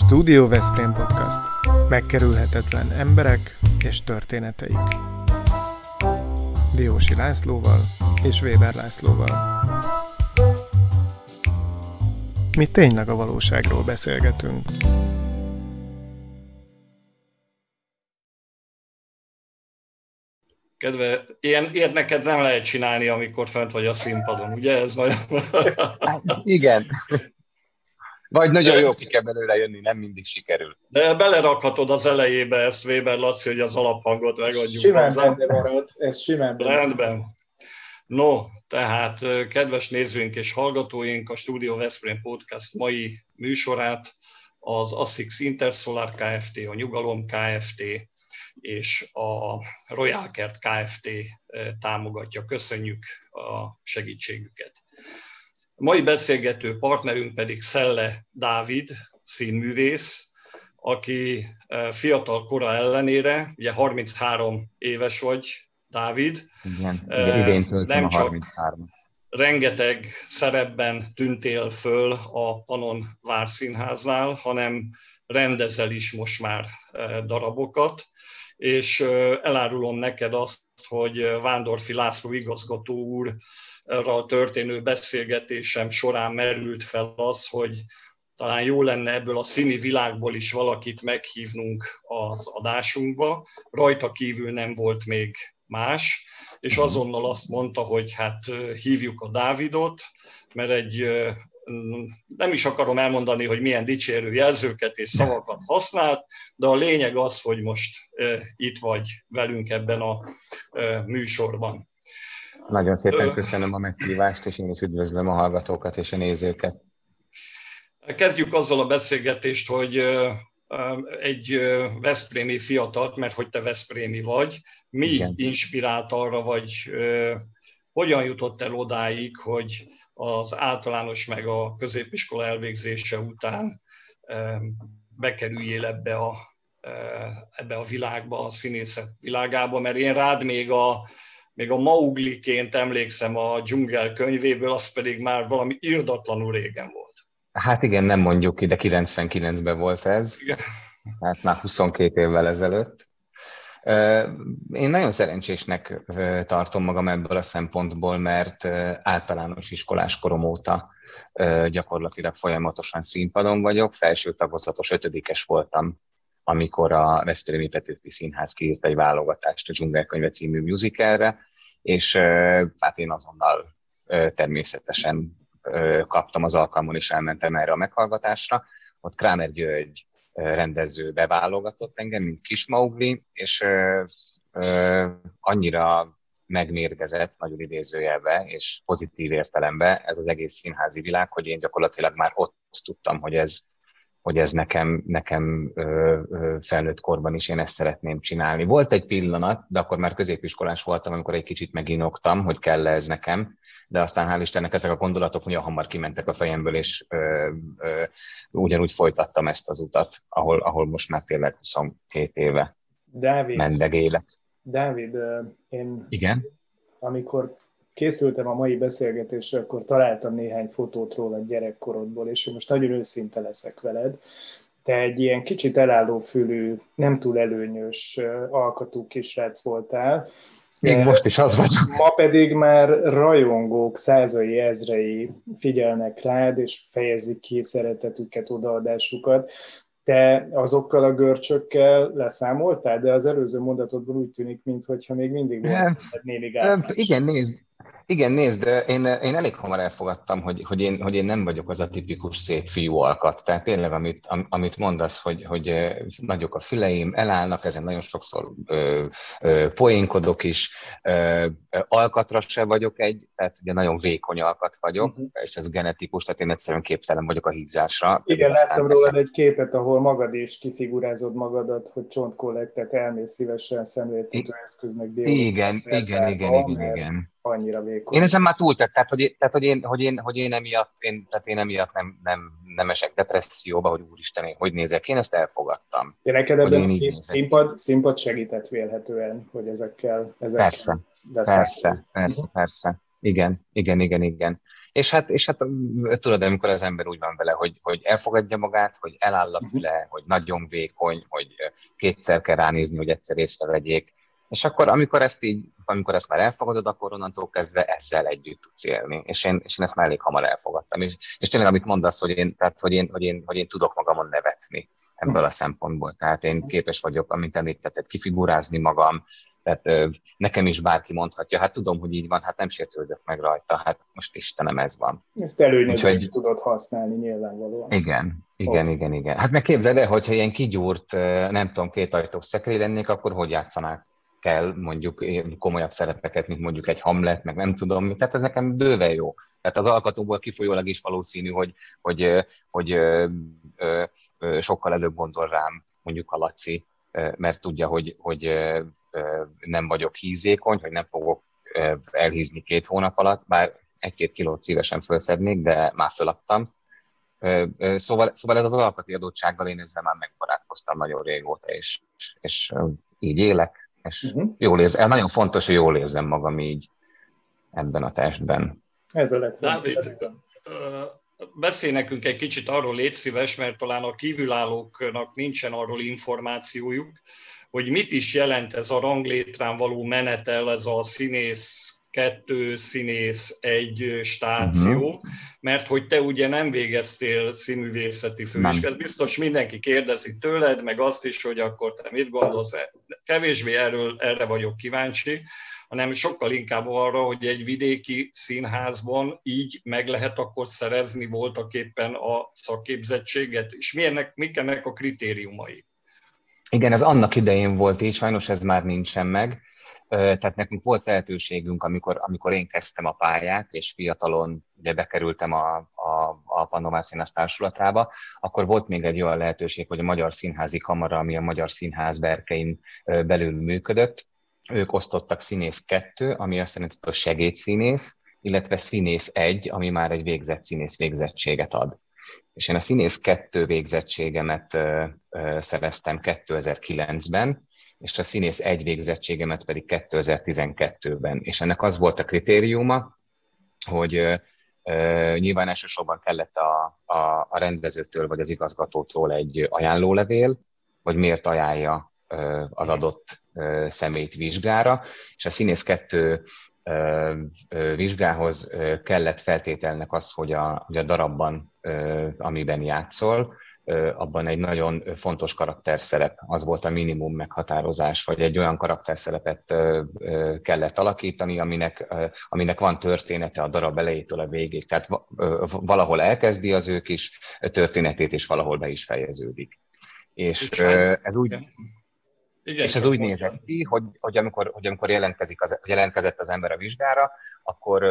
Studio Veszprém Podcast. Megkerülhetetlen emberek és történeteik. Diósi Lászlóval és Weber Lászlóval. Mi tényleg a valóságról beszélgetünk. Kedve, ilyet neked nem lehet csinálni, amikor fent vagy a színpadon, ugye? Ez nagyon... Hát, igen. Vagy nagyon jó ki kell belőle jönni, nem mindig sikerül. De belerakhatod az elejébe ezt, Weber Laci, hogy az alaphangot megadjuk simán hozzá. Benne marad, ez simán benne. Rendben. No, tehát kedves nézőink és hallgatóink, a Studio Veszprém Podcast mai műsorát az ASSIX Intersolar Kft., a Nyugalom Kft. És a Royal Kert Kft. Támogatja. Köszönjük a segítségüket. A mai beszélgető partnerünk pedig Szelle Dávid, színművész, aki fiatal kora ellenére, ugye 33 éves vagy, Dávid. Igen, idén töltöm a 33. Rengeteg szerepben tűntél föl a Panon Várszínháznál, hanem rendezel is most már darabokat, és elárulom neked azt, hogy Vándorffy László igazgató úrral történő beszélgetésem során merült fel az, hogy talán jó lenne ebből a színi világból is valakit meghívnunk az adásunkba. Rajta kívül nem volt még más, és azonnal azt mondta, hogy hát hívjuk a Dávidot, mert nem is akarom elmondani, hogy milyen dicsérő jelzőket és szavakat használt, de a lényeg az, hogy most itt vagy velünk ebben a műsorban. Nagyon szépen köszönöm a meghívást, és én is üdvözlöm a hallgatókat és a nézőket. Kezdjük azzal a beszélgetést, hogy egy veszprémi fiatalt, mert hogy te veszprémi vagy, mi Igen. inspirált arra, vagy hogyan jutott el odáig, hogy az általános meg a középiskola elvégzése után bekerüljél ebbe a világba, a színészet világába, mert én rád még a Maugliként emlékszem a Dzsungel könyvéből, az pedig már valami irdatlanul régen volt. Hát igen, nem mondjuk ki, de 99-ben volt ez. Igen. Hát már 22 évvel ezelőtt. Én nagyon szerencsésnek tartom magam ebből a szempontból, mert általános iskolás korom óta gyakorlatilag folyamatosan színpadon vagyok. Felső tagozatos 5-es voltam, amikor a Veszprémi Petőfi Színház kiírt egy válogatást a Dzsungelkönyve című musicalre, és hát én azonnal természetesen kaptam az alkalmon, és elmentem erre a meghallgatásra. Ott Krámer György rendező beválogatott engem, mint kis Maugli, és annyira megmérgezett, nagyon idézőjelbe és pozitív értelemben ez az egész színházi világ, hogy én gyakorlatilag már ott tudtam, hogy ez nekem felnőtt korban is én ezt szeretném csinálni. Volt egy pillanat, de akkor már középiskolás voltam, amikor egy kicsit meginoktam, hogy kell ez nekem, de aztán hál' Istennek ezek a gondolatok nagyon hamar kimentek a fejemből, és ugyanúgy folytattam ezt az utat, ahol most már tényleg 22 éve mendegélek. Dávid, én Igen? amikor készültem a mai beszélgetésre, akkor találtam néhány fotót róla gyerekkorodból, és én most nagyon őszinte leszek veled. Te egy ilyen kicsit elálló fülű, nem túl előnyös alkatú kisrác voltál. Még most is az vagy. Ma pedig már rajongók százai, ezrei figyelnek rád, és fejezik ki szeretetüket, odaadásukat. Te azokkal a görcsökkel leszámoltál, de az előző mondatodból úgy tűnik, mintha még mindig volt némi gátlás. Igen, nézd, én elég hamar elfogadtam, hogy én nem vagyok az a tipikus szép fiú alkat. Tehát tényleg, amit mondasz, hogy nagyok a füleim, elállnak, ezen nagyon sokszor poénkodok is. Alkatra se vagyok tehát ugye nagyon vékony alkat vagyok, és ez genetikus, tehát én egyszerűen képtelen vagyok a hízásra. Igen, láttam rólad egy képet, ahol magad is kifigurázod magadat, hogy csontkollektet elmész szívesen szemléltető eszköznek. Igen. Annyira vékony. Én ezen már túltett, hogy én emiatt nem esek depresszióba, hogy úristen, hogy nézek én, ezt elfogadtam. De neked ebben a színpad segített vélhetően, hogy ezekkel Persze. Igen. És hát tudod, amikor az ember úgy van vele, hogy elfogadja magát, hogy eláll a füle, hogy nagyon vékony, hogy kétszer kell ránézni, hogy egyszer észrevegyék. És akkor, amikor ezt már elfogadod, akkor onnantól kezdve ezzel együtt tudsz élni. És én ezt már elég hamar elfogadtam. És tényleg, amit mondasz, hogy én tudok magamon nevetni ebből a szempontból. Tehát én képes vagyok, amint említetted, kifigurázni magam. Tehát nekem is bárki mondhatja, hát tudom, hogy így van, hát nem sértődök meg rajta, hát most Istenem, ez van. Ezt előnyödre is tudod használni nyilvánvalóan. Igen. Hát meg képzeld el, hogyha ilyen kigyúrt, nem tudom, kétajtós szekrély lennék, akkor hogy játszanák kell mondjuk komolyabb szerepeket, mint mondjuk egy Hamlet, meg nem tudom mi. Tehát ez nekem bőven jó. Tehát az alkatóból kifolyólag is valószínű, hogy sokkal előbb gondol rám mondjuk a Laci, mert tudja, hogy nem vagyok hízékony, hogy nem fogok elhízni 2 hónap alatt, bár 1-2 kilót szívesen fölszednék, de már föladtam. Szóval ez az alkati adottsággal én ezzel már megbarátkoztam nagyon régóta, és így élek, és jól érzem. Nagyon fontos, hogy jól érzem magam így ebben a testben. Ez a legfontosabb. Dávid, beszélj nekünk egy kicsit arról, légy szíves, mert talán a kívülállóknak nincsen arról információjuk, hogy mit is jelent ez a ranglétrán való menetel, ez a színész 2, színész 1 stáció, mert hogy te ugye nem végeztél színművészeti főiskolát. Ez biztos mindenki kérdezi tőled, meg azt is, hogy akkor te mit gondolsz. Kevésbé erre vagyok kíváncsi, hanem sokkal inkább arra, hogy egy vidéki színházban így meg lehet akkor szerezni voltak éppen a szakképzettséget, és mik ennek a kritériumai? Igen, ez annak idején volt így, sajnos ez már nincsen meg. Tehát nekünk volt lehetőségünk, amikor én kezdtem a pályát, és fiatalon ugye bekerültem a Pannonvár Színház Társulatába, akkor volt még egy olyan lehetőség, hogy a Magyar Színházi Kamara, ami a Magyar Színház berkein belül működött, ők osztottak színész 2, ami azt jelenti, hogy segédszínész, illetve színész 1, ami már egy végzett színész végzettséget ad. És én a színész 2 végzettségemet szereztem 2009-ben, és a színész 1 végzettségemet pedig 2012-ben. És ennek az volt a kritériuma, hogy nyilván elsősorban kellett a rendezőtől vagy az igazgatótól egy ajánlólevél, hogy miért ajánlja az adott személyt vizsgára, és a színész 2 vizsgához kellett feltételnek az, hogy a darabban, amiben játszol, abban egy nagyon fontos karakterszerep, az volt a minimum meghatározás, hogy egy olyan karakterszerepet kellett alakítani, aminek van története a darab elejétől a végéig. Tehát valahol elkezdi az ő kis történetét, és valahol be is fejeződik. És ez úgy... Igen, és ez úgy nézett ki, hogy amikor jelentkezett az ember a vizsgára, akkor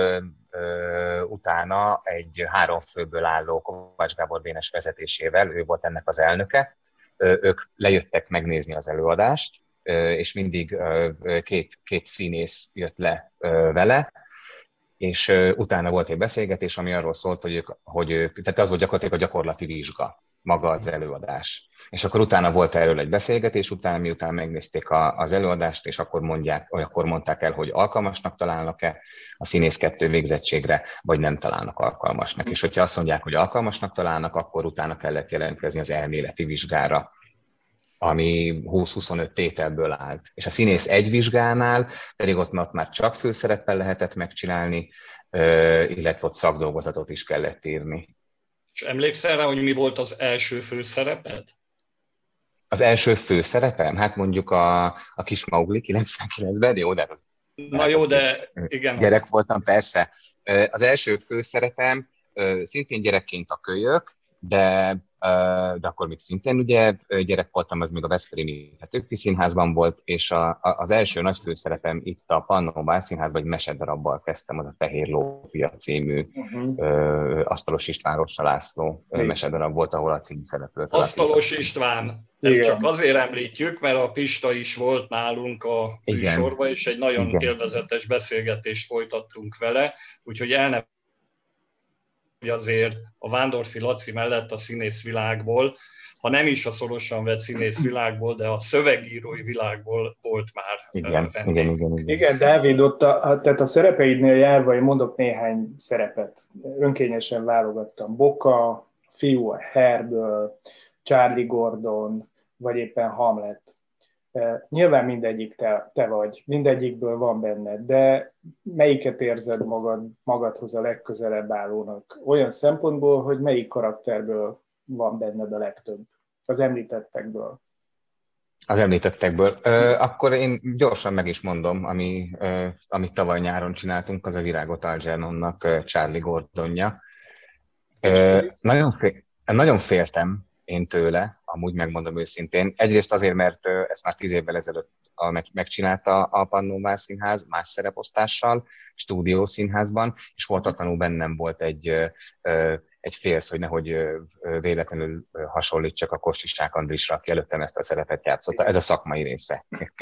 utána egy 3 főből álló Kovács Gábor Dénes vezetésével, ő volt ennek az elnöke, ők lejöttek megnézni az előadást, és mindig két színész jött le vele, és utána volt egy beszélgetés, ami arról szólt, tehát az volt gyakorlatilag a gyakorlati vizsga, maga az előadás. És akkor utána volt erről egy beszélgetés, miután megnézték az előadást, és akkor mondták el, hogy alkalmasnak találnak-e a színész 2 végzettségre, vagy nem találnak alkalmasnak. És hogyha azt mondják, hogy alkalmasnak találnak, akkor utána kellett jelentkezni az elméleti vizsgára, ami 20-25 tételből állt. És a színész 1 vizsgánál pedig ott már csak főszereppel lehetett megcsinálni, illetve ott szakdolgozatot is kellett írni. És emlékszel rá, hogy mi volt az első főszereped? Az első főszerepem? Hát mondjuk a Kis Maugli 99-ben, jó, de az... Na jó, de igen. Gyerek voltam, persze. Az első főszerepem szintén gyerekként a Kölyök, de akkor még szintén ugye gyerek voltam, az még a Veszprémi Petőfi Színházban volt, és az első nagy főszerepem itt a Pannonvár Színházban, egy mesedarabbal kezdtem, az a Fehér Lófia című Asztalos István Rossa László mesedarab volt, ahol a címszereplőt Asztalos István, ezt csak azért említjük, mert a Pista is volt nálunk a műsorban, és egy nagyon élvezetes beszélgetést folytattunk vele, úgyhogy hogy azért a Vándorfi Laci mellett a színészvilágból ha nem is a szorosan vett színész világból, de a szövegírói világból volt már vendég. Igen. Igen, Dávid, ott tehát a szerepeidnél járva én mondok néhány szerepet. Önkényesen válogattam. Boka, fiú a Hairből, Charlie Gordon, vagy éppen Hamlet. Nyilván mindegyik te vagy, mindegyikből van benned, de melyiket érzed magadhoz a legközelebb állónak? Olyan szempontból, hogy melyik karakterből van benned a legtöbb? Az említettekből. Az említettekből. Akkor én gyorsan meg is mondom, amit tavaly nyáron csináltunk, az a Virágot Algernonnak Charlie Gordonja. Nagyon féltem én tőle, amúgy megmondom őszintén. Egyrészt azért, mert ezt már 10 évvel ezelőtt megcsinálta a Pannón Várszínház más szereposztással, stúdiószínházban, és voltatlanul bennem volt egy félsz, hogy nehogy véletlenül hasonlítsak a Kostisák Andrisra, aki előttem ezt a szerepet játszotta. Ez a szakmai része.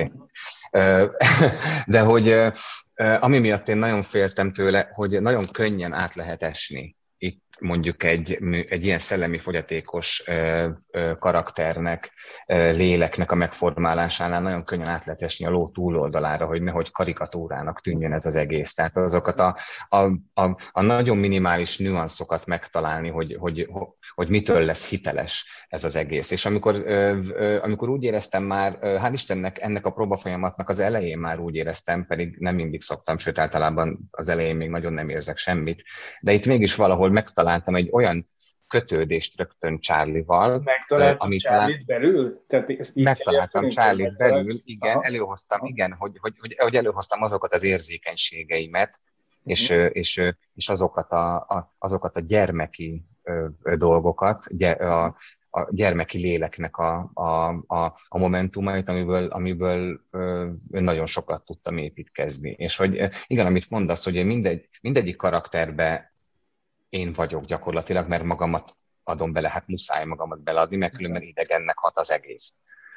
De hogy ami miatt én nagyon féltem tőle, hogy nagyon könnyen át lehet esni itt mondjuk egy ilyen szellemi fogyatékos karakternek, léleknek a megformálásánál nagyon könnyen át lehet esni a ló túloldalára, hogy nehogy karikatúrának tűnjön ez az egész. Tehát azokat a nagyon minimális nüanszokat megtalálni, hogy mitől lesz hiteles ez az egész. És amikor úgy éreztem már, hál' Istennek ennek a próbafolyamatnak az elején már úgy éreztem, pedig nem mindig szoktam, sőt általában az elején még nagyon nem érzek semmit, de itt mégis valahol megtaláltam egy olyan kötődést rögtön Charlie-val. Megtaláltam Charlie-t belül? Megtaláltam Charlie-t belül, igen, előhoztam, igen, hogy előhoztam azokat az érzékenységeimet, és azokat a gyermeki dolgokat, a gyermeki léleknek a momentumait, amiből nagyon sokat tudtam építkezni. És hogy igen, amit mondasz, hogy mindegyik karakterbe én vagyok gyakorlatilag, mert magamat adom bele, hát muszáj magamat beleadni, mert különben idegennek hat az egész.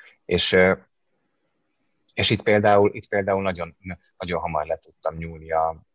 És itt például nagyon, nagyon hamar le tudtam nyúlni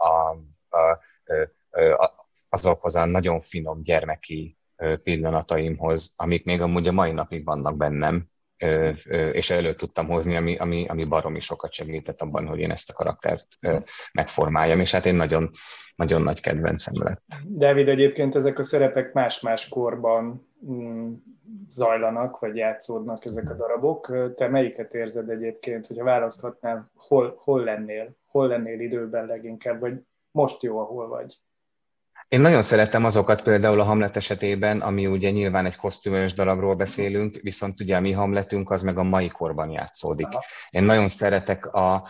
azokhoz a nagyon finom gyermeki pillanataimhoz, amik még amúgy a mai napig vannak bennem, és elő tudtam hozni, ami baromi sokat segített abban, hogy én ezt a karaktert megformáljam, és hát én nagyon, nagyon nagy kedvencem lett. Dávid, egyébként ezek a szerepek más-más korban zajlanak, vagy játszódnak ezek a darabok. Te melyiket érzed egyébként, hogyha választhatnál, hol lennél időben leginkább, vagy most jó, ahol vagy? Én nagyon szeretem azokat például a Hamlet esetében, ami ugye nyilván egy kosztümös darabról beszélünk, viszont ugye a mi Hamletünk az meg a mai korban játszódik. Aha. Én nagyon szeretek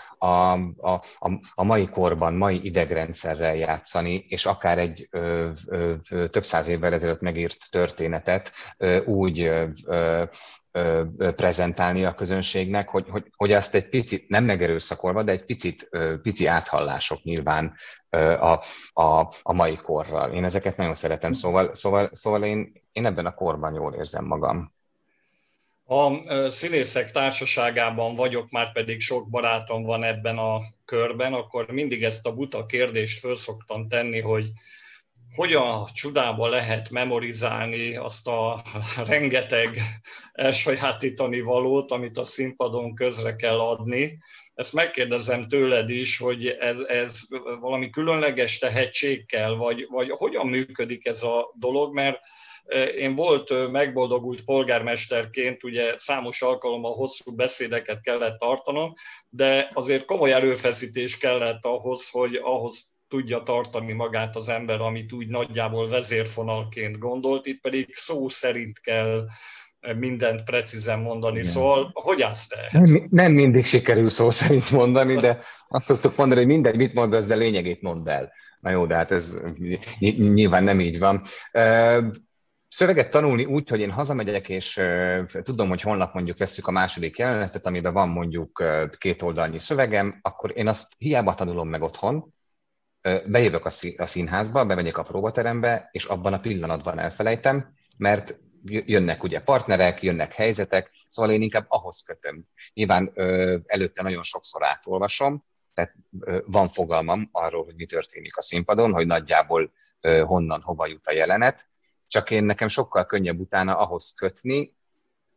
a mai korban, mai idegrendszerrel játszani, és akár egy több száz évvel ezelőtt megírt történetet úgy prezentálni a közönségnek, hogy azt egy picit, nem megerőszakolva, de egy pici áthallások nyilván a mai korral. Én ezeket nagyon szeretem, szóval én ebben a korban jól érzem magam. A színészek társaságában vagyok, már pedig sok barátom van ebben a körben, akkor mindig ezt a buta kérdést föl szoktam tenni, hogy hogyan csodába lehet memorizálni azt a rengeteg elsajátítani valót, amit a színpadon közre kell adni. Ezt megkérdezem tőled is, hogy ez valami különleges tehetség kell, vagy hogyan működik ez a dolog, mert én volt megboldogult polgármesterként, ugye számos alkalommal hosszú beszédeket kellett tartanom, de azért komoly erőfeszítés kellett ahhoz, hogy ahhoz tudja tartani magát az ember, amit úgy nagyjából vezérfonalként gondolt, itt pedig szó szerint kell mindent precízen mondani. Igen. Szóval hogy állsz te ehhez? Nem mindig sikerül szó szerint mondani, de azt szoktuk mondani, hogy mindegy, mit mondasz, de lényegét mondd el. Na jó, de hát ez nyilván nem így van. Szöveget tanulni úgy, hogy én hazamegyek, és tudom, hogy holnap mondjuk vesszük a második jelenetet, amiben van mondjuk 2 oldalnyi szövegem, akkor én azt hiába tanulom meg otthon, bejövök a színházba, bemegyek a próbaterembe, és abban a pillanatban elfelejtem, mert jönnek ugye partnerek, jönnek helyzetek, szóval én inkább ahhoz kötöm. Nyilván előtte nagyon sokszor átolvasom, tehát van fogalmam arról, hogy mi történik a színpadon, hogy nagyjából honnan, hova jut a jelenet, csak nekem sokkal könnyebb utána ahhoz kötni,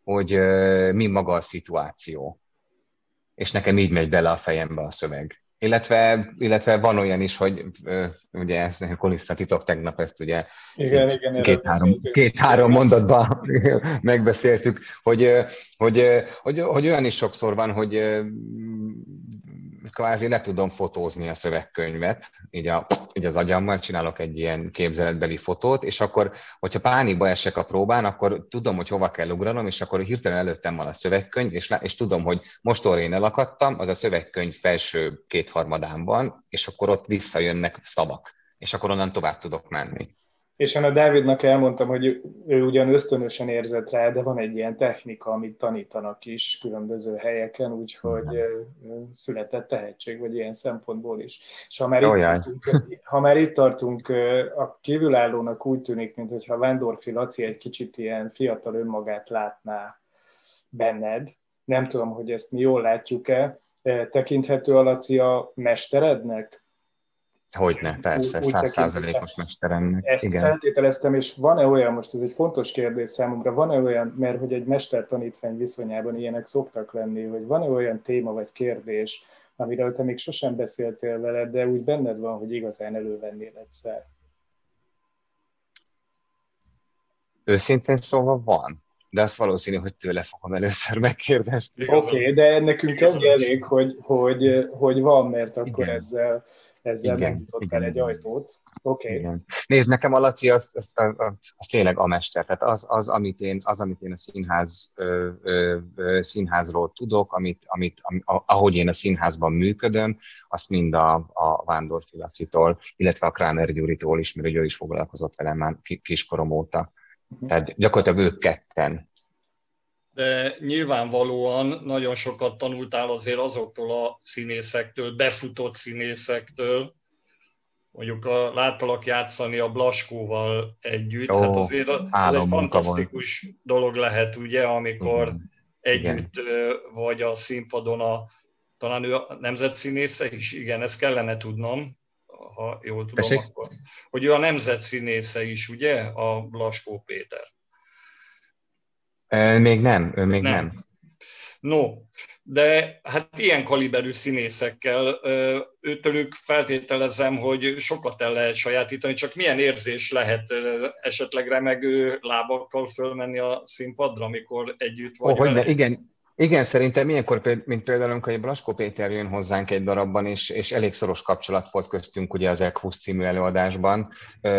hogy mi maga a szituáció. És nekem így megy bele a fejembe a szöveg. Illetve van olyan is, hogy ugye ez kulisszatitok, tegnap ezt ugye Igen, két-három mondatban megbeszéltük, hogy olyan is sokszor van, hogy kvázi le tudom fotózni a szövegkönyvet, így az agyammal csinálok egy ilyen képzeletbeli fotót, és akkor, hogyha pánikba esek a próbán, akkor tudom, hogy hova kell ugranom, és akkor hirtelen előttem van a szövegkönyv, és tudom, hogy most orra én elakadtam, az a szövegkönyv felső kétharmadán van, és akkor ott visszajönnek szavak, és akkor onnan tovább tudok menni. És én a Dávidnak elmondtam, hogy ő ugyan ösztönösen érzett rá, de van egy ilyen technika, amit tanítanak is különböző helyeken, úgyhogy született tehetség, vagy ilyen szempontból is. És ha már itt tartunk, a kívülállónak úgy tűnik, mintha Vándorfi Laci egy kicsit ilyen fiatal önmagát látná benned. Nem tudom, hogy ezt mi jól látjuk-e. Tekinthető a Laci a mesterednek? Hogyne, persze, 100%-os mesteremnek. Ezt igen. Feltételeztem, és van-e olyan, most ez egy fontos kérdés számomra, van-e olyan, mert hogy egy mester-tanítvány viszonyában ilyenek szoktak lenni, hogy van-e olyan téma vagy kérdés, amiről te még sosem beszéltél veled, de úgy benned van, hogy igazán elővennél egyszer? Őszintén szóval van, de azt valószínű, hogy tőle fogom először megkérdezni. Oké, de nekünk ennyi elég, hogy van, mert akkor ezzel megnyitottál egy ajtót. Okay. Nézd, nekem a Laci az tényleg a mester. Tehát az amit én a színházról tudok, ahogy én a színházban működöm, azt mind a Vándorfi Lacitól, illetve a Krámer Gyuritól is, mert ő is foglalkozott velem már kiskorom óta. Tehát gyakorlatilag ők ketten. De nyilvánvalóan nagyon sokat tanultál azért azoktól a színészektől, befutott színészektől, mondjuk láttalak játszani a Blaskóval együtt, hát azért ez egy fantasztikus dolog lehet, ugye, amikor együtt vagy a színpadon, talán ő a nemzetszínésze is, igen, ezt kellene tudnom, ha jól tudom, akkor, hogy ő a nemzetszínésze is, ugye, a Blaskó Péter. Még nem. No, de hát ilyen kaliberű színészekkel őtőlük feltételezem, hogy sokat el lehet sajátítani, csak milyen érzés lehet esetleg remegő lábakkal fölmenni a színpadra, amikor együtt vagy vele? Igen, szerintem ilyenkor, mint például, amikor a Blaskó Péter jön hozzánk egy darabban, és elég szoros kapcsolat volt köztünk ugye az Equus című előadásban.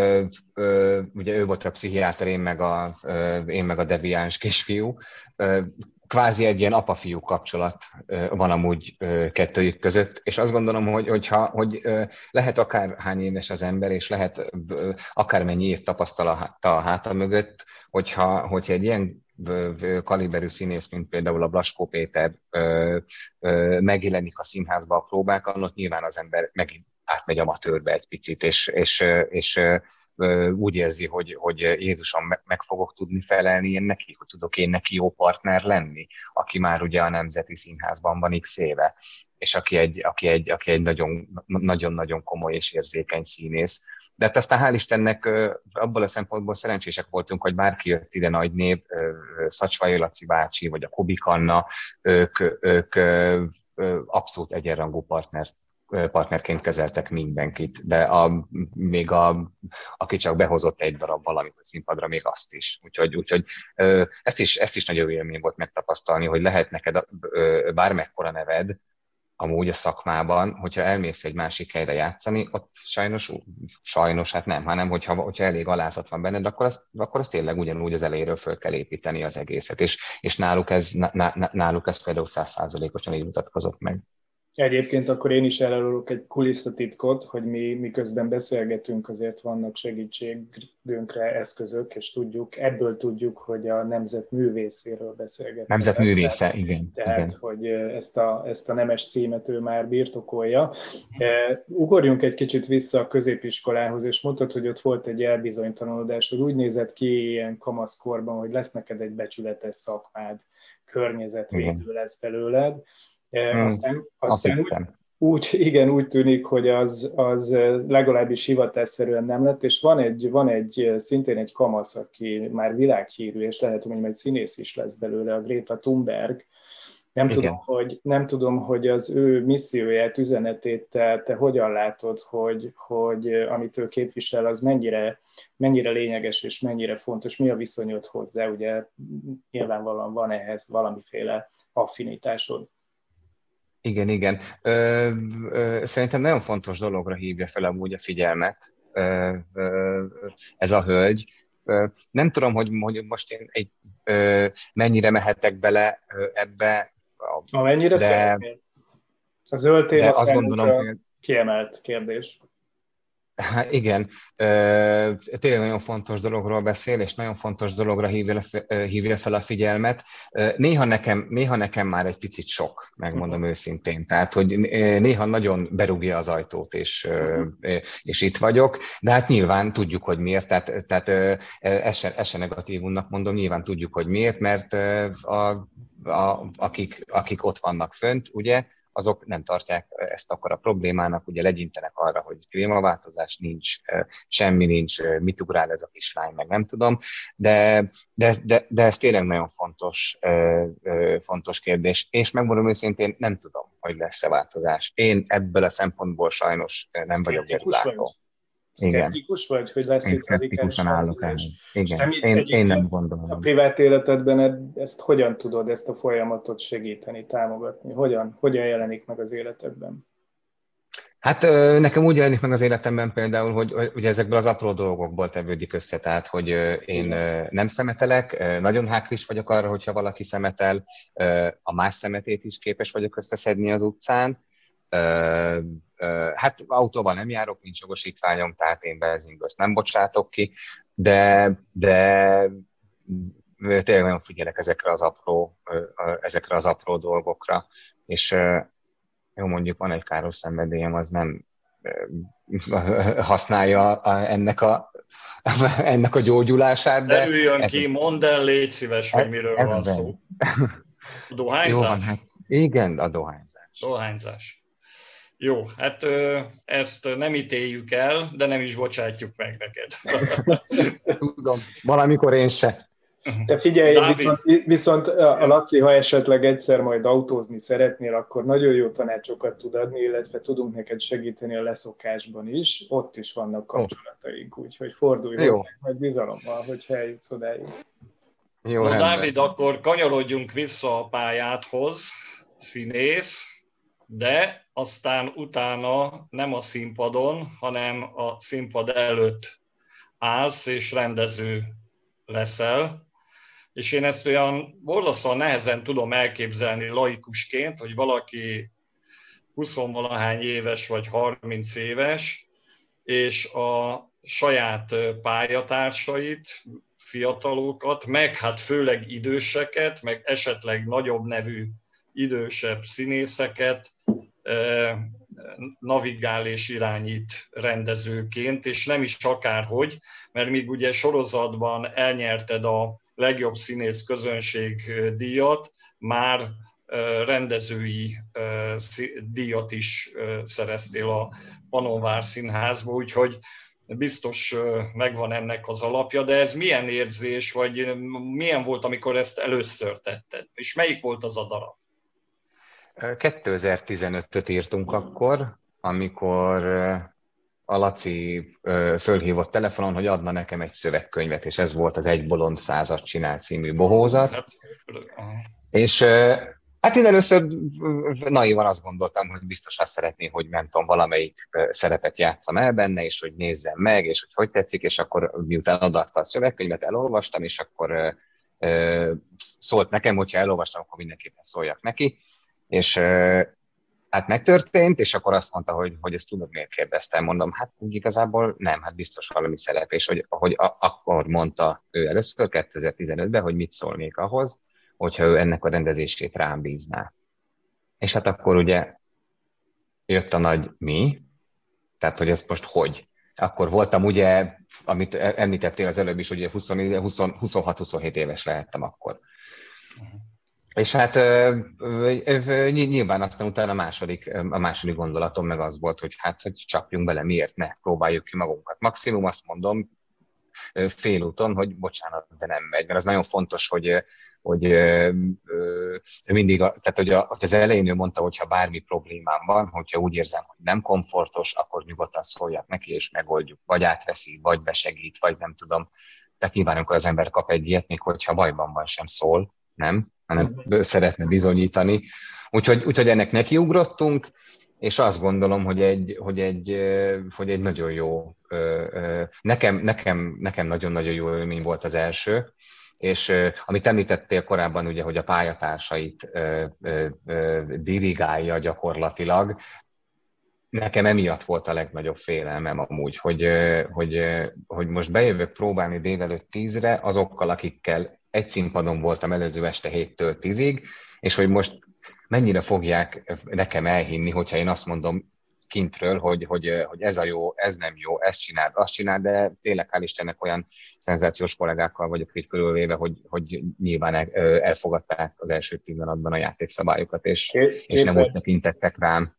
Ugye ő volt a pszichiáter, én meg a deviáns kisfiú. Kvázi egy ilyen apa-fiú kapcsolat van amúgy kettőjük között, és azt gondolom, hogy lehet akárhány éves az ember, és lehet akármennyi év tapasztalata a háta mögött, hogyha egy ilyen kaliberű színész, mint például a Blaskó Péter megjelenik a színházba a próbákon, ott nyilván az ember megint átmegy amatőrbe egy picit, és úgy érzi, hogy Jézusom, meg fogok tudni felelni én neki, hogy tudok én neki jó partner lenni, aki már ugye a Nemzeti Színházban van x éve, és aki egy nagyon-nagyon komoly és érzékeny színész. De hát aztán hál' Istennek abból a szempontból szerencsések voltunk, hogy bárki jött ide nagy név, Szacsvai Laci bácsi, vagy a Kubik Anna, ők abszolút egyenrangú partnerként kezeltek mindenkit, de még aki csak behozott egy darab valamit a színpadra, még azt is. Úgyhogy ezt is nagyon élmény volt megtapasztalni, hogy lehet neked bármekkora neved, amúgy a szakmában, hogyha elmész egy másik helyre játszani, ott sajnos hát nem, hanem hogyha elég alázat van benned, akkor azt tényleg ugyanúgy az elejéről föl kell építeni az egészet, és náluk ez például 100%-osan így mutatkozott meg. Egyébként akkor én is elárulok egy kulisszatitkot, hogy mi miközben beszélgetünk, azért vannak segítségünkre eszközök, és ebből tudjuk, hogy a nemzet művészéről beszélgetünk. Nemzet művésze, igen. Tehát, igen. Hogy ezt a nemes címet ő már birtokolja. Ugorjunk egy kicsit vissza a középiskolához, és mondtad, hogy ott volt egy elbizonytalanodás, hogy úgy nézett ki ilyen kamaszkorban, hogy lesz neked egy becsületes szakmád, környezetvédő lesz belőled. úgy tűnik, hogy az legalábbis hivatásszerűen nem lett, és van egy szintén egy kamasz, aki már világhírű, és lehet, hogy majd színész is lesz belőle, a Greta Thunberg. Nem tudom, hogy az ő misszióját, üzenetét te hogyan látod, hogy amit ő képvisel, az mennyire lényeges és mennyire fontos, mi a viszonyod hozzá, ugye nyilvánvalóan van ehhez valamiféle affinitásod. Igen. Szerintem nagyon fontos dologra hívja fel amúgy a figyelmet ez a hölgy. Nem tudom, hogy most én mennyire mehetek bele ebbe, Amennyire szeretnél. A zöld téma azt gondolom, kiemelt kérdés. Igen, tényleg nagyon fontos dologról beszél, és nagyon fontos dologra hívja fel a figyelmet. Néha nekem már egy picit sok, megmondom őszintén. Tehát, hogy néha nagyon berúgja az ajtót, és itt vagyok, de hát nyilván tudjuk, hogy miért. Tehát ez se negatívumnak mondom, nyilván tudjuk, hogy miért, mert akik ott vannak fönt, ugye, azok nem tartják ezt akkor a problémának, ugye legyintenek arra, hogy klímaváltozás nincs, semmi nincs, mit ugrál ez a kislány, meg nem tudom, de ez tényleg nagyon fontos kérdés, és megmondom őszintén, nem tudom, hogy lesz-e változás. Én ebből a szempontból sajnos nem vagyok gerülátó. Szkeptikus vagy, hogy lesz itt radikális állok el. Igen, én nem gondolom. A privát életedben ezt hogyan tudod, ezt a folyamatot segíteni, támogatni? Hogyan jelenik meg az életedben? Hát nekem úgy jelenik meg az életemben például, hogy ugye ezekből az apró dolgokból tevődik össze, tehát hogy én nem szemetelek, nagyon háklis vagyok arra, hogyha valaki szemetel, a más szemetét is képes vagyok összeszedni az utcán. Hát autóval nem járok, nincs jogosítványom, tehát én benzinből nem bocsátok ki, de tényleg nagyon figyelek ezekre az apró dolgokra, és jó, mondjuk van egy káros szenvedélyem, az nem használja ennek a gyógyulását, de... Ne üljön ki, mondd el, légy szíves, hogy miről van szó. A dohányzás? Jó van, hát igen, a dohányzás. Jó, hát ezt nem ítéljük el, de nem is bocsátjuk meg neked. Tudom, valamikor én se. Te figyelj, viszont a Laci, ha esetleg egyszer majd autózni szeretnél, akkor nagyon jó tanácsokat tud adni, illetve tudunk neked segíteni a leszokásban is. Ott is vannak kapcsolataink, úgyhogy fordulj hozzá, majd bizalommal, hogyha eljutsz odáig. Jó, no, Dávid, akkor kanyarodjunk vissza a pályádhoz, színész, de aztán utána nem a színpadon, hanem a színpad előtt állsz és rendező leszel. És én ezt olyan borzasztóan nehezen tudom elképzelni laikusként, hogy valaki 20-valahány éves vagy 30 éves, és a saját pályatársait, fiatalokat, meg hát főleg időseket, meg esetleg nagyobb nevű idősebb színészeket navigál és irányít rendezőként, és nem is akárhogy, mert míg ugye sorozatban elnyerted a legjobb színész közönség díjat, már rendezői díjat is szereztél a Pannonvár Színházba, úgyhogy biztos megvan ennek az alapja, de ez milyen érzés, vagy milyen volt, amikor ezt először tetted, és melyik volt az a darab? 2015-öt írtunk akkor, amikor a Laci fölhívott telefonon, hogy adna nekem egy szövegkönyvet, és ez volt az Egy bolond százat csinál című bohózat. És hát én először naivan azt gondoltam, hogy biztos azt szeretné, hogy nem tudom, valamelyik szerepet játsszam el benne, és hogy nézzem meg, és hogy tetszik, és akkor miután odaadta a szövegkönyvet, elolvastam, és akkor szólt nekem, hogyha elolvastam, akkor mindenképpen szóljak neki. És hát megtörtént, és akkor azt mondta, hogy ezt tudod, miért kérdeztem, mondom, hát igazából nem, hát biztos valami szerep, és hogy akkor mondta ő először 2015-ben, hogy mit szólnék ahhoz, hogyha ő ennek a rendezését rám bízná. És hát akkor ugye jött a nagy mi, tehát hogy ez most hogy? Akkor voltam ugye, amit említettél az előbb is, ugye 26-27 éves lehettem akkor. És hát nyilván aztán utána a második gondolatom meg az volt, hogy hát, hogy csapjunk bele, miért ne próbáljuk ki magunkat. Maximum azt mondom félúton, hogy bocsánat, de nem megy, mert az nagyon fontos, hogy mindig, tehát hogy az elején ő mondta, hogyha bármi problémám van, hogyha úgy érzem, hogy nem komfortos, akkor nyugodtan szóljak neki, és megoldjuk. Vagy átveszi, vagy besegít, vagy nem tudom. Tehát nyilván, amikor az ember kap egy ilyet, még hogyha bajban van, sem szól, nem? Hanem szeretne bizonyítani. Úgyhogy ennek nekiugrottunk, és azt gondolom, hogy egy nagyon jó, nekem nagyon-nagyon jó élmény volt az első, és amit említettél korábban, ugye, hogy a pályatársait dirigálja gyakorlatilag, nekem emiatt volt a legnagyobb félelmem amúgy, hogy most bejövök próbálni délelőtt 10-re azokkal, akikkel egy színpadon voltam előző este 7-től 10-ig, és hogy most mennyire fogják nekem elhinni, hogyha én azt mondom kintről, hogy ez a jó, ez nem jó, ezt csináld, azt csináld, de tényleg hál' Istennek olyan szenzációs kollégákkal vagyok így körülvéve, hogy nyilván elfogadták az első pillanatban a játékszabályokat, és nem úgy tekintettek rám,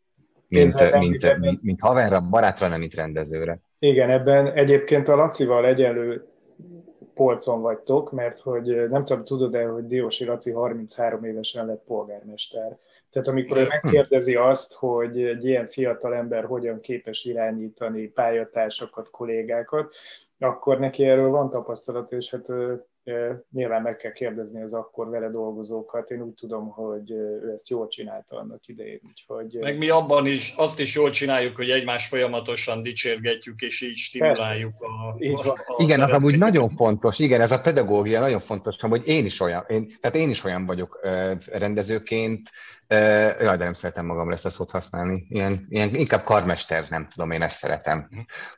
mint haverra, barátra, nem mint rendezőre. Igen, ebben egyébként a Lacival egyenlő polcon vagytok, mert hogy nem tudom, tudod-e, hogy Diósi Laci 33 évesen lett polgármester. Tehát amikor ő megkérdezi azt, hogy egy ilyen fiatal ember hogyan képes irányítani pályatársakat, kollégákat, akkor neki erről van tapasztalat, és hát nyilván meg kell kérdezni az akkor vele dolgozókat. Én úgy tudom, hogy ő ezt jól csinálta annak idején. Úgyhogy... Meg mi abban is, azt is jól csináljuk, hogy egymást folyamatosan dicsérgetjük, és így stimuláljuk igen, az amúgy nagyon fontos, igen, ez a pedagógia nagyon fontos, hogy én is olyan vagyok rendezőként, jaj, de nem szeretem magamra ezt a szót használni, ilyen inkább karmester, nem tudom, én ezt szeretem,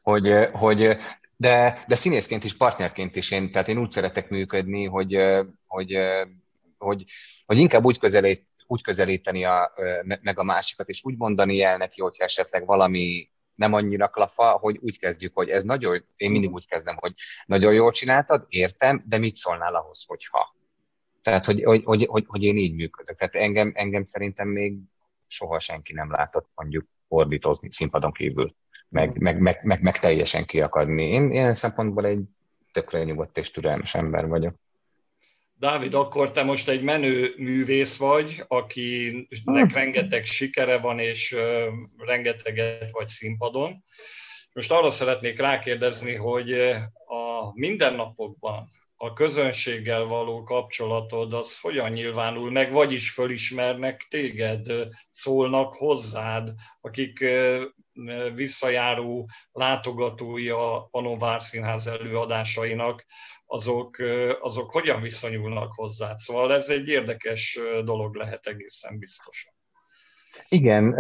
de színészként is, partnerként is tehát én úgy szeretek működni, hogy inkább úgy közelíteni meg a másikat, és úgy mondani el neki, hogyha esetleg valami nem annyira klafa, hogy úgy kezdjük, hogy ez nagyon, én mindig úgy kezdem, hogy nagyon jól csináltad, értem, de mit szólnál ahhoz, hogyha? Tehát, hogy én így működök. Tehát engem szerintem még soha senki nem látott mondjuk fordítozni színpadon kívül, meg teljesen kiakadni. Én ilyen szempontból egy tökre nyugodt és türelmes ember vagyok. Dávid, akkor te most egy menő művész vagy, akinek rengeteg sikere van, és rengeteget vagy színpadon. Most arra szeretnék rákérdezni, hogy a mindennapokban a közönséggel való kapcsolatod az hogyan nyilvánul meg, vagyis fölismernek téged, szólnak hozzád, akik visszajáró látogatói a Pannon Várszínház előadásainak, azok hogyan viszonyulnak hozzád? Szóval ez egy érdekes dolog lehet egészen biztosan. Igen,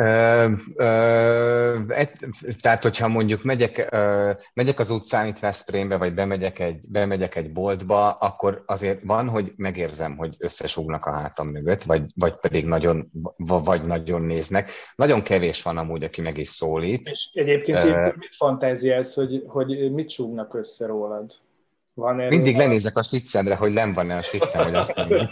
tehát hogyha mondjuk megyek az utcán itt Veszprémbe, vagy bemegyek egy boltba, akkor azért van, hogy megérzem, hogy összesúgnak a hátam mögött, vagy pedig nagyon néznek. Nagyon kevés van amúgy, aki meg is szólít. És egyébként mit fantáziálsz, hogy mit súgnak össze rólad? Mindig lenézek a sticcemre, hogy nem van-e a sticcem, hogy azt mondjuk.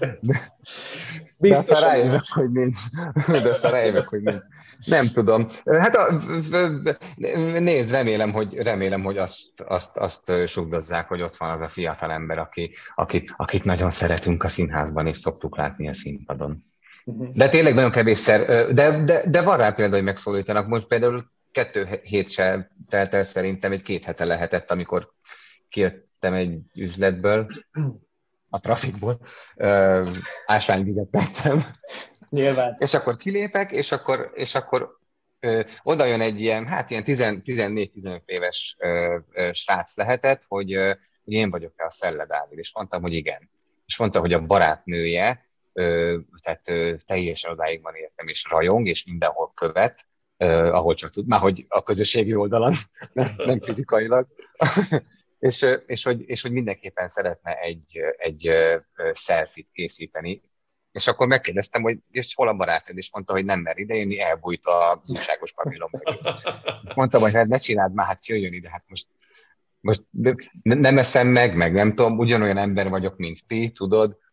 De aztán rájövök, hogy nincs. Nem tudom. Hát nézd, remélem, hogy azt sugdozzák, hogy ott van az a fiatal ember, akit nagyon szeretünk a színházban, és szoktuk látni a színpadon. De tényleg nagyon kevésszer, de van rá például, hogy megszólítanak. Most például 2 hét se telt el, szerintem 2 hete lehetett, amikor kijöttem egy üzletből, a trafikból, ásványvizet vettem. Nyilván. És akkor kilépek, és akkor oda jön egy ilyen 14-15 éves srác lehetett, hogy én vagyok-e a Szelle Dávid, és mondtam, hogy igen. És mondta, hogy a barátnője, tehát teljesen odáig van értem, és rajong, és mindenhol követ, ahol csak tud, már hogy a közösségi oldalon, nem fizikailag. És hogy mindenképpen szeretne egy selfie-t készíteni. És akkor megkérdeztem, hogy és hol a barátod, és mondta, hogy nem mer idejönni, elbújt az újságos pavilon mögé. Mondtam, hogy hát ne csináld már, hát jöjjön ide, hát most nem eszem meg nem tudom, ugyanolyan ember vagyok, mint ti, tudod,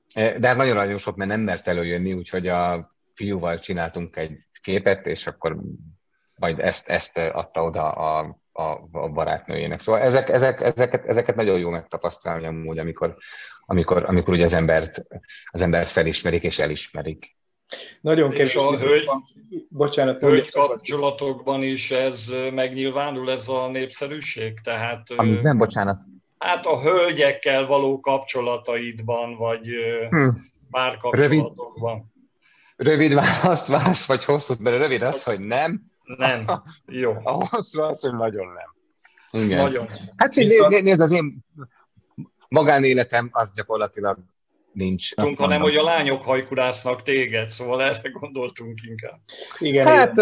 De hát nagyon-nagyon sok, mert nem mert előjönni, úgyhogy a fiúval csináltunk egy képet, és akkor majd ezt adta oda a barátnőjének. Szóval ezeket nagyon jó megtapasztalni amúgy, amikor ugye az embert felismerik és elismerik. Nagyon kevés. És a bocsánat, hölgy kapcsolatokban is ez megnyilvánul, ez a népszerűség? Tehát, Amit nem, bocsánat. Hát a hölgyekkel való kapcsolataidban, vagy párkapcsolatokban. Rövid választ vársz, vagy hosszút, mert rövid az, hogy nem. Nem, jó. A hosszú az, hogy nagyon nem. Igen. Nagyon. Hát nézd, az én magánéletem az gyakorlatilag nincs. Hanem, hogy a lányok hajkurásznak téged, szóval erre gondoltunk inkább. Igen, hát,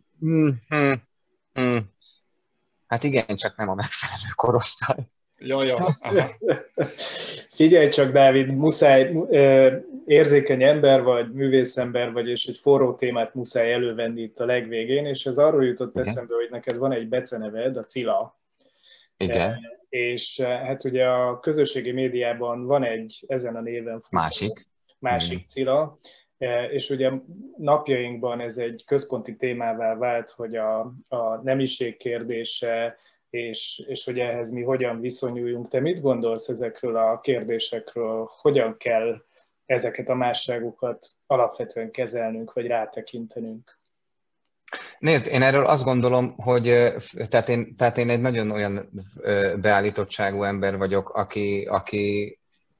hát igen, csak nem a megfelelő korosztály. Ja. Figyelj csak, Dávid, muszáj, érzékeny ember vagy, művészember vagy, és egy forró témát muszáj elővenni itt a legvégén, és ez arról jutott eszembe, hogy neked van egy beceneved, a Cilla. Igen. És hát ugye a közösségi médiában van egy ezen a néven futó másik Cilla, és ugye napjainkban ez egy központi témává vált, hogy a nemiség kérdése, és hogy ehhez mi hogyan viszonyuljunk. Te mit gondolsz ezekről a kérdésekről? Hogyan kell ezeket a másságokat alapvetően kezelnünk, vagy rátekintenünk? Nézd, én erről azt gondolom, hogy tehát én egy nagyon olyan beállítottságú ember vagyok, aki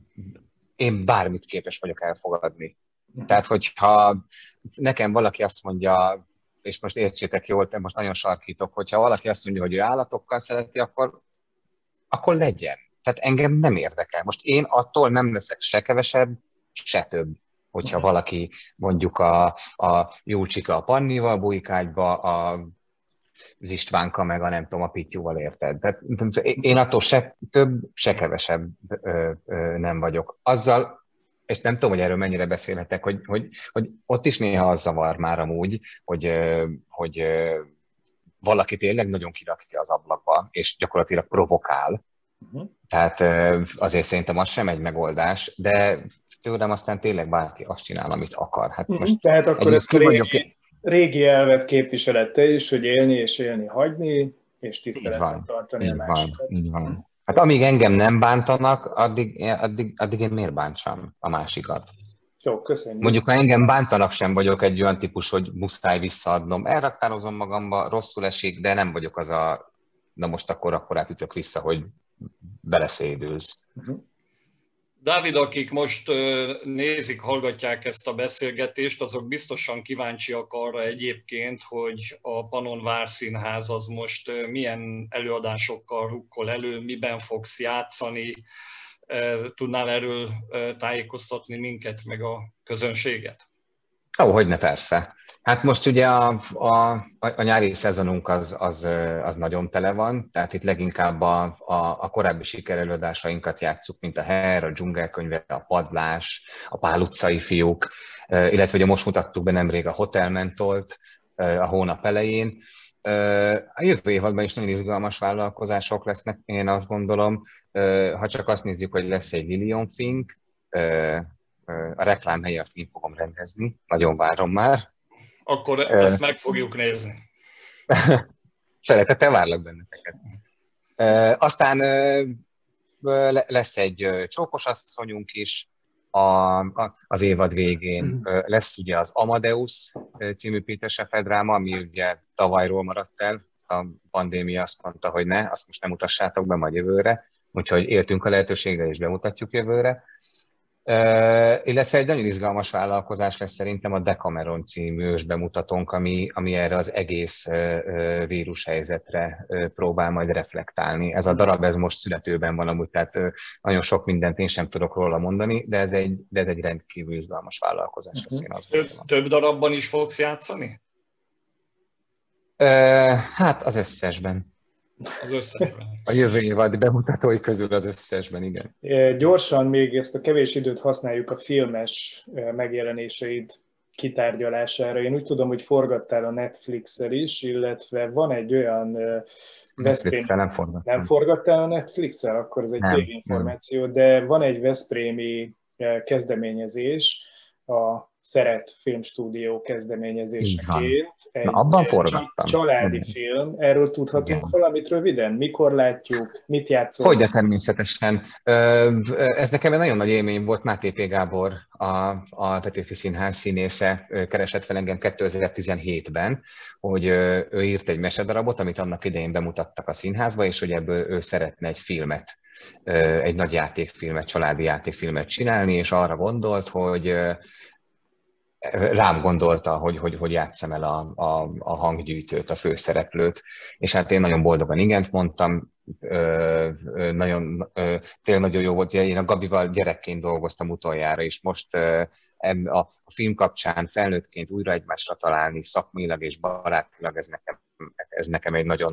én bármit képes vagyok elfogadni. Tehát, hogyha nekem valaki azt mondja, és most értsétek jól, most nagyon sarkítok, hogyha valaki azt mondja, hogy ő állatokkal szereti, akkor legyen. Tehát engem nem érdekel. Most én attól nem leszek se kevesebb, se több. Hogyha valaki mondjuk a Júlcsika a Pannival bújik ágyba, az Istvánka meg a nem tudom, a Pittyúval, érted. Tehát én attól se több, se kevesebb nem vagyok. Azzal, és nem tudom, hogy erről mennyire beszélhetek, hogy ott is néha az zavar már amúgy, hogy valaki tényleg nagyon kirakja az ablakba, és gyakorlatilag provokál. Tehát azért szerintem az sem egy megoldás, de tőlem aztán tényleg bárki azt csinál, amit akar. Hát most tehát akkor ezt régi elvet képviselette is, hogy élni és élni hagyni, és tiszteletben tartani a másikat. Így van. Hát amíg engem nem bántanak, addig én miért bántsam a másikat? Jó, köszönjük. Mondjuk, ha engem bántanak, sem vagyok egy olyan típus, hogy muszáj visszaadnom. Elraktározom magamba, rosszul esik, de nem vagyok az na most akkor átütök vissza, hogy beleszédülsz. Dávid, akik most nézik, hallgatják ezt a beszélgetést, azok biztosan kíváncsiak arra egyébként, hogy a Pannon Várszínház az most milyen előadásokkal rukkol elő, miben fogsz játszani. Tudnál erről tájékoztatni minket, meg a közönséget? Hogyne, persze. Hát most ugye a nyári szezonunk az nagyon tele van, tehát itt leginkább a korábbi sikerelőadásainkat játsszuk, mint a Her, a Dzsungelkönyve, a Padlás, a Pál utcai fiúk, illetve ugye most mutattuk be nemrég a Hotel Mentolt a hónap elején. A jövő évadban is nagyon izgalmas vállalkozások lesznek, én azt gondolom, ha csak azt nézzük, hogy lesz egy Lilionfink, a reklámhelye, azt én fogom rendezni, nagyon várom már. Akkor ezt meg fogjuk nézni. Szeretettel várlak benneteket. Aztán lesz egy csókos asszonyunk is az évad végén. Lesz ugye az Amadeus című Péter Sheffer dráma, ami ugye tavalyról maradt el. A pandémia azt mondta, hogy ne, azt most nem mutassátok be, majd jövőre. Úgyhogy éltünk a lehetőségre, és bemutatjuk jövőre. Illetve egy nagyon izgalmas vállalkozás lesz szerintem a Decameron című ősbemutatónk, ami erre az egész vírushelyzetre próbál majd reflektálni. Ez a darab, ez most születőben van amúgy, tehát nagyon sok mindent én sem tudok róla mondani, de ez egy rendkívül izgalmas vállalkozás lesz, én azt gondolom. Több darabban is fogsz játszani? Hát az összesben. Az összesben. A jövő évad bemutatói közül az összesben, igen. Gyorsan még ezt a kevés időt használjuk a filmes megjelenéseid kitárgyalására. Én úgy tudom, hogy forgattál a Netflixen is, illetve van egy olyan nem forgattál a Netflixen, akkor ez egy tévinformáció, de van egy veszprémi kezdeményezés, a Szeret Filmstúdió kezdeményezéseként. Na, abban forgattam. Családi film. Erről tudhatunk valamit röviden? Mikor látjuk? Mit játszol? Hogyne, természetesen. Ez nekem egy nagyon nagy élmény volt. Máté P. Gábor, a Petőfi Színház színésze keresett fel engem 2017-ben, hogy ő írt egy mesedarabot, amit annak idején bemutattak a színházba, és hogy ebből ő szeretne egy filmet, egy nagy játékfilmet, családi játékfilmet csinálni, és arra gondolt, hogy rám gondolta, hogy játsszam el a hanggyűjtőt, a főszereplőt, és hát én nagyon boldogan igent mondtam, tényleg nagyon jó volt, én a Gabival gyerekként dolgoztam utoljára, és most a film kapcsán felnőttként újra egymásra találni, szakmailag és barátilag, ez nekem egy nagyon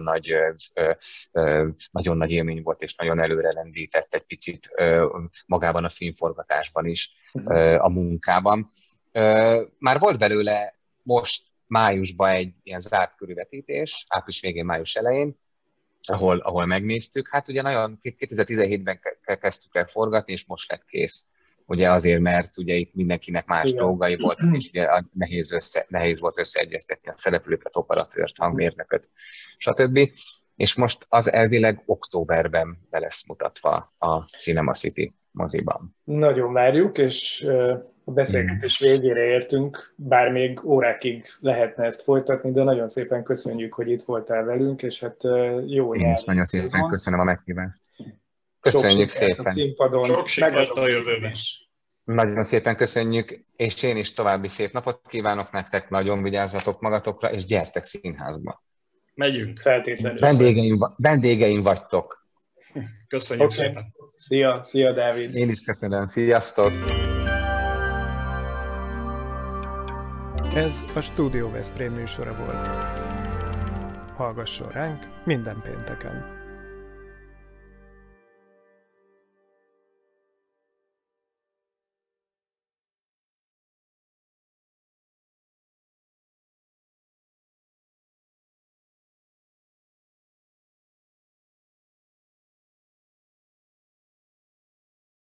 nagy élmény volt, és nagyon előre lendített egy picit magában a filmforgatásban is, a munkában. Már volt belőle most májusban egy ilyen zárt körű vetítés, április végén, május elején, ahol megnéztük. Hát ugye nagyon 2017-ben kezdtük el forgatni, és most lett kész. Ugye azért, mert ugye itt mindenkinek más dolgai voltak, és ugye nehéz volt összeegyeztetni a szereplőket, operatőrt, hangmérnököt, stb. És most az elvileg októberben be lesz mutatva a Cinema City moziban. Nagyon várjuk, és a beszélgetés végére értünk, bár még órákig lehetne ezt folytatni, de nagyon szépen köszönjük, hogy itt voltál velünk, és hát jó nyári. Én is nagyon szépen köszönöm a meghívást. Köszönjük szépen. A színpadon. Sok sikert a jövőben. Nagyon szépen köszönjük, és én is további szép napot kívánok nektek, nagyon vigyázzatok magatokra, és gyertek színházba. Megyünk. Feltétlenül. Vendégeim vagytok. Köszönjük szépen. Szia Dávid. Én is köszönöm, sziasztok. Ez a Stúdió Veszprém műsora volt. Hallgasson ránk minden pénteken!